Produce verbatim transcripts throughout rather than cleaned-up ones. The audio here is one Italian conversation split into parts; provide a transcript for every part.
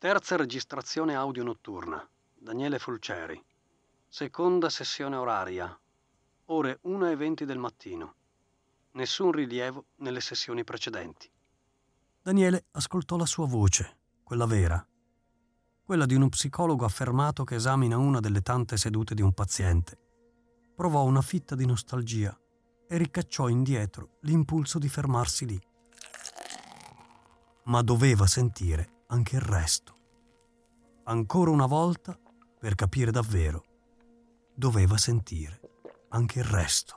Terza registrazione audio notturna. Daniele Fulceri. Seconda sessione oraria. Ore una e venti del mattino. Nessun rilievo nelle sessioni precedenti. Daniele ascoltò la sua voce, quella vera. Quella di uno psicologo affermato che esamina una delle tante sedute di un paziente. Provò una fitta di nostalgia e ricacciò indietro l'impulso di fermarsi lì. Ma doveva sentire anche il resto. Ancora una volta, per capire davvero, doveva sentire anche il resto.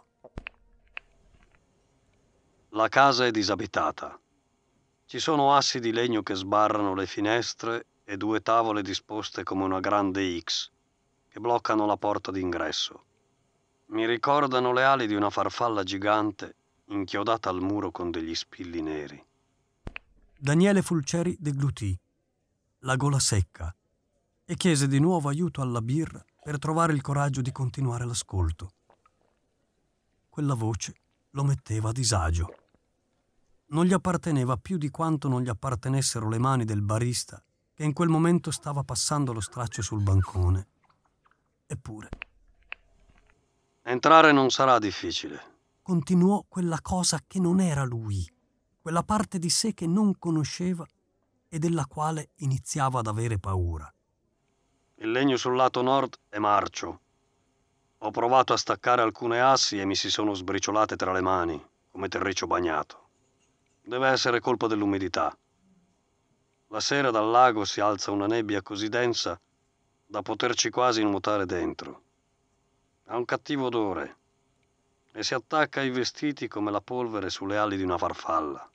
La casa è disabitata. Ci sono assi di legno che sbarrano le finestre e due tavole disposte come una grande X che bloccano la porta d'ingresso. Mi ricordano le ali di una farfalla gigante inchiodata al muro con degli spilli neri. Daniele Fulceri deglutì, la gola secca, e chiese di nuovo aiuto alla birra per trovare il coraggio di continuare l'ascolto. Quella voce lo metteva a disagio. Non gli apparteneva più di quanto non gli appartenessero le mani del barista che in quel momento stava passando lo straccio sul bancone. Eppure Entrare non sarà difficile. continuò quella cosa che non era lui, quella parte di sé che non conosceva e della quale iniziava ad avere paura. Il legno sul lato nord è marcio. Ho provato a staccare alcune assi e mi si sono sbriciolate tra le mani, come terriccio bagnato. Deve essere colpa dell'umidità. La sera dal lago si alza una nebbia così densa da poterci quasi nuotare dentro. Ha un cattivo odore e si attacca ai vestiti come la polvere sulle ali di una farfalla.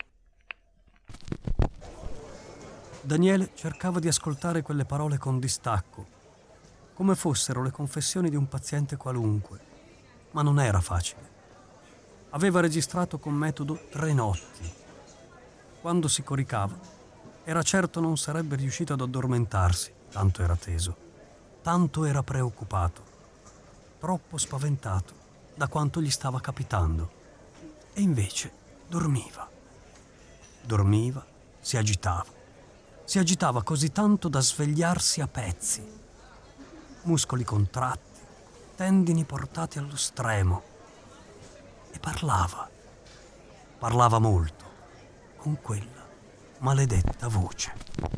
Daniele cercava di ascoltare quelle parole con distacco, come fossero le confessioni di un paziente qualunque, ma non era facile. Aveva registrato con metodo tre notti. Quando si coricava, era certo non sarebbe riuscito ad addormentarsi, tanto era teso, tanto era preoccupato, troppo spaventato da quanto gli stava capitando. E invece dormiva. Dormiva, si agitava. Si agitava così tanto da svegliarsi a pezzi. Muscoli contratti, tendini portati allo stremo. E parlava. Parlava molto, con quella maledetta voce.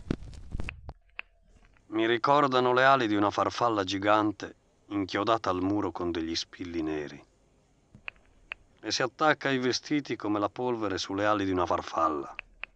Mi ricordano le ali di una farfalla gigante inchiodata al muro con degli spilli neri. E si attacca ai vestiti come la polvere sulle ali di una farfalla.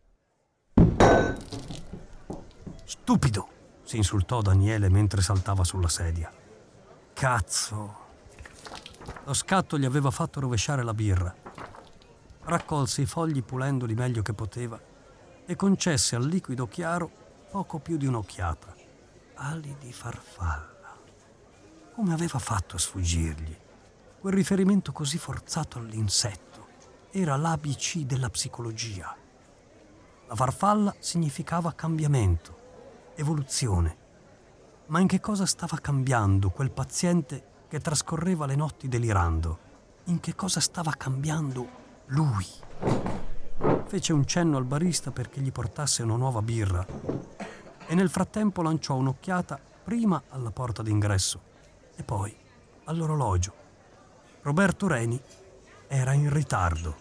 Stupido, si insultò Daniele mentre saltava sulla sedia. Cazzo! Lo scatto gli aveva fatto rovesciare la birra. Raccolse i fogli pulendoli meglio che poteva e concesse al liquido chiaro poco più di un'occhiata. Ali di farfalla. Come aveva fatto a sfuggirgli? Quel riferimento così forzato all'insetto era l'A B C della psicologia. La farfalla significava cambiamento, evoluzione. Ma in che cosa stava cambiando quel paziente che trascorreva le notti delirando? In che cosa stava cambiando lui? Fece un cenno al barista perché gli portasse una nuova birra e nel frattempo lanciò un'occhiata prima alla porta d'ingresso e poi all'orologio. Roberto Reni era in ritardo.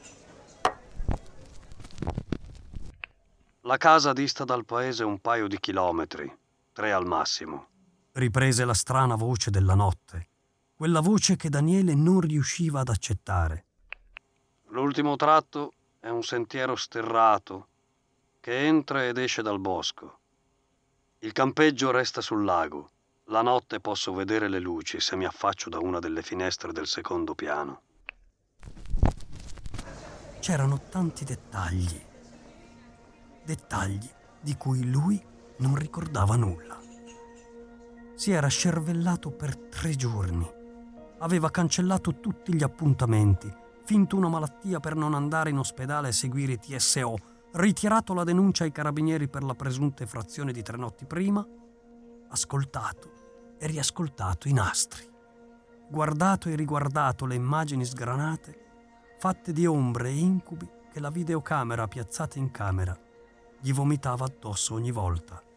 La casa dista dal paese un paio di chilometri, tre al massimo. Riprese la strana voce della notte, quella voce che Daniele non riusciva ad accettare. L'ultimo tratto è un sentiero sterrato che entra ed esce dal bosco. Il campeggio resta sul lago. La notte posso vedere le luci se mi affaccio da una delle finestre del secondo piano. C'erano tanti dettagli. Dettagli di cui lui non ricordava nulla. Si era scervellato per tre giorni. Aveva cancellato tutti gli appuntamenti, finto una malattia per non andare in ospedale a seguire i T S O, ritirato la denuncia ai carabinieri per la presunta effrazione di tre notti prima, ascoltato e riascoltato i nastri, guardato e riguardato le immagini sgranate, fatte di ombre e incubi che la videocamera piazzata in camera gli vomitava addosso ogni volta.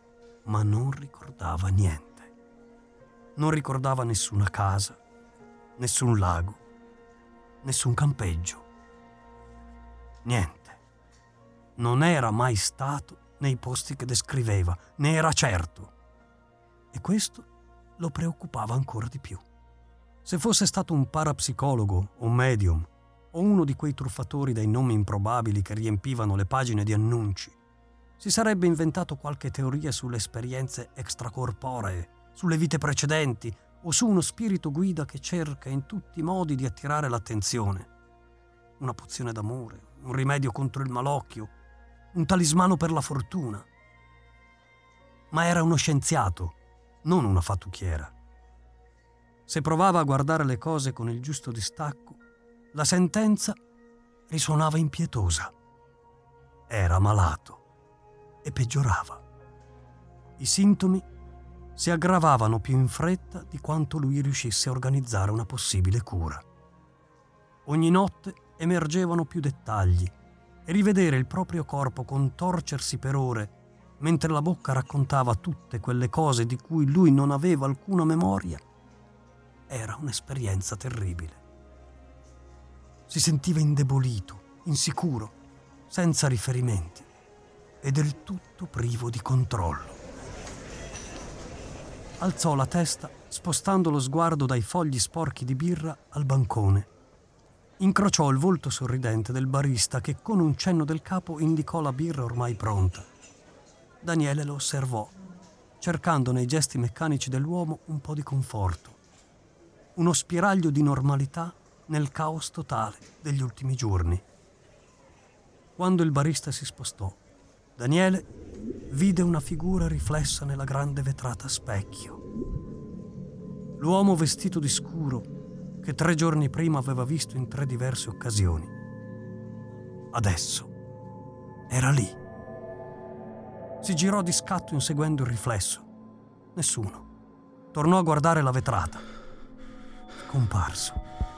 ma non ricordava niente. Non ricordava nessuna casa, nessun lago, nessun campeggio. Niente. Non era mai stato nei posti che descriveva, ne era certo. E questo lo preoccupava ancora di più. Se fosse stato un parapsicologo, un medium, o uno di quei truffatori dai nomi improbabili che riempivano le pagine di annunci, si sarebbe inventato qualche teoria sulle esperienze extracorporee, sulle vite precedenti o su uno spirito guida che cerca in tutti i modi di attirare l'attenzione. Una pozione d'amore, un rimedio contro il malocchio, un talismano per la fortuna. Ma era uno scienziato, non una fattucchiera. Se provava a guardare le cose con il giusto distacco, la sentenza risuonava impietosa. Era malato e peggiorava. I sintomi si aggravavano più in fretta di quanto lui riuscisse a organizzare una possibile cura. Ogni notte emergevano più dettagli e rivedere il proprio corpo contorcersi per ore mentre la bocca raccontava tutte quelle cose di cui lui non aveva alcuna memoria era un'esperienza terribile. Si sentiva indebolito, insicuro, senza riferimenti e del tutto privo di controllo. Alzò la testa, spostando lo sguardo dai fogli sporchi di birra al bancone. Incrociò il volto sorridente del barista che con un cenno del capo indicò la birra ormai pronta. Daniele lo osservò, cercando nei gesti meccanici dell'uomo un po' di conforto. Uno spiraglio di normalità nel caos totale degli ultimi giorni. Quando il barista si spostò, Daniele vide una figura riflessa nella grande vetrata a specchio. L'uomo vestito di scuro che tre giorni prima aveva visto in tre diverse occasioni. Adesso era lì. Si girò di scatto inseguendo il riflesso. Nessuno. Tornò a guardare la vetrata. Comparso.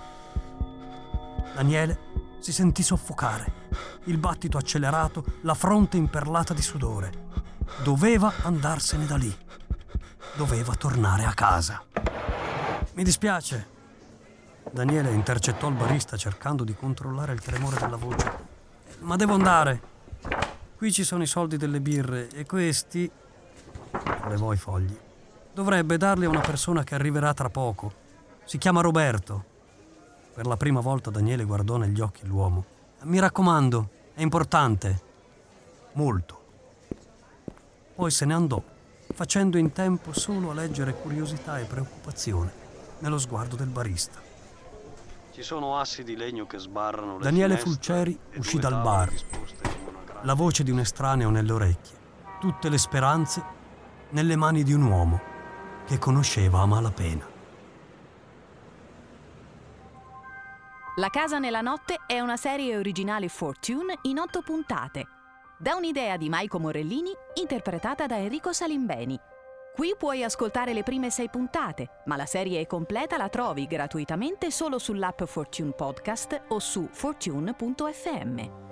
Daniele si sentì soffocare, il battito accelerato, la fronte imperlata di sudore. Doveva andarsene da lì. Doveva tornare a casa. Mi dispiace. Daniele intercettò il barista cercando di controllare il tremore della voce. Ma devo andare. Qui ci sono i soldi delle birre e questi... Levò i fogli. Dovrebbe darli a una persona che arriverà tra poco. Si chiama Roberto. Per la prima volta Daniele guardò negli occhi l'uomo. Mi raccomando, è importante. Molto. Poi se ne andò, facendo in tempo solo a leggere curiosità e preoccupazione nello sguardo del barista. Ci sono assi di legno che sbarrano le Daniele finestre Fulceri e uscì due dal tavole bar, disposte come una grande- la voce di un estraneo nelle orecchie, tutte le speranze nelle mani di un uomo che conosceva a malapena. La casa nella notte è una serie originale Fortune in otto puntate, da un'idea di Maiko Morellini interpretata da Enrico Salimbeni. Qui puoi ascoltare le prime sei puntate, ma la serie completa la trovi gratuitamente solo sull'app Fortune Podcast o su fortune punto effe emme.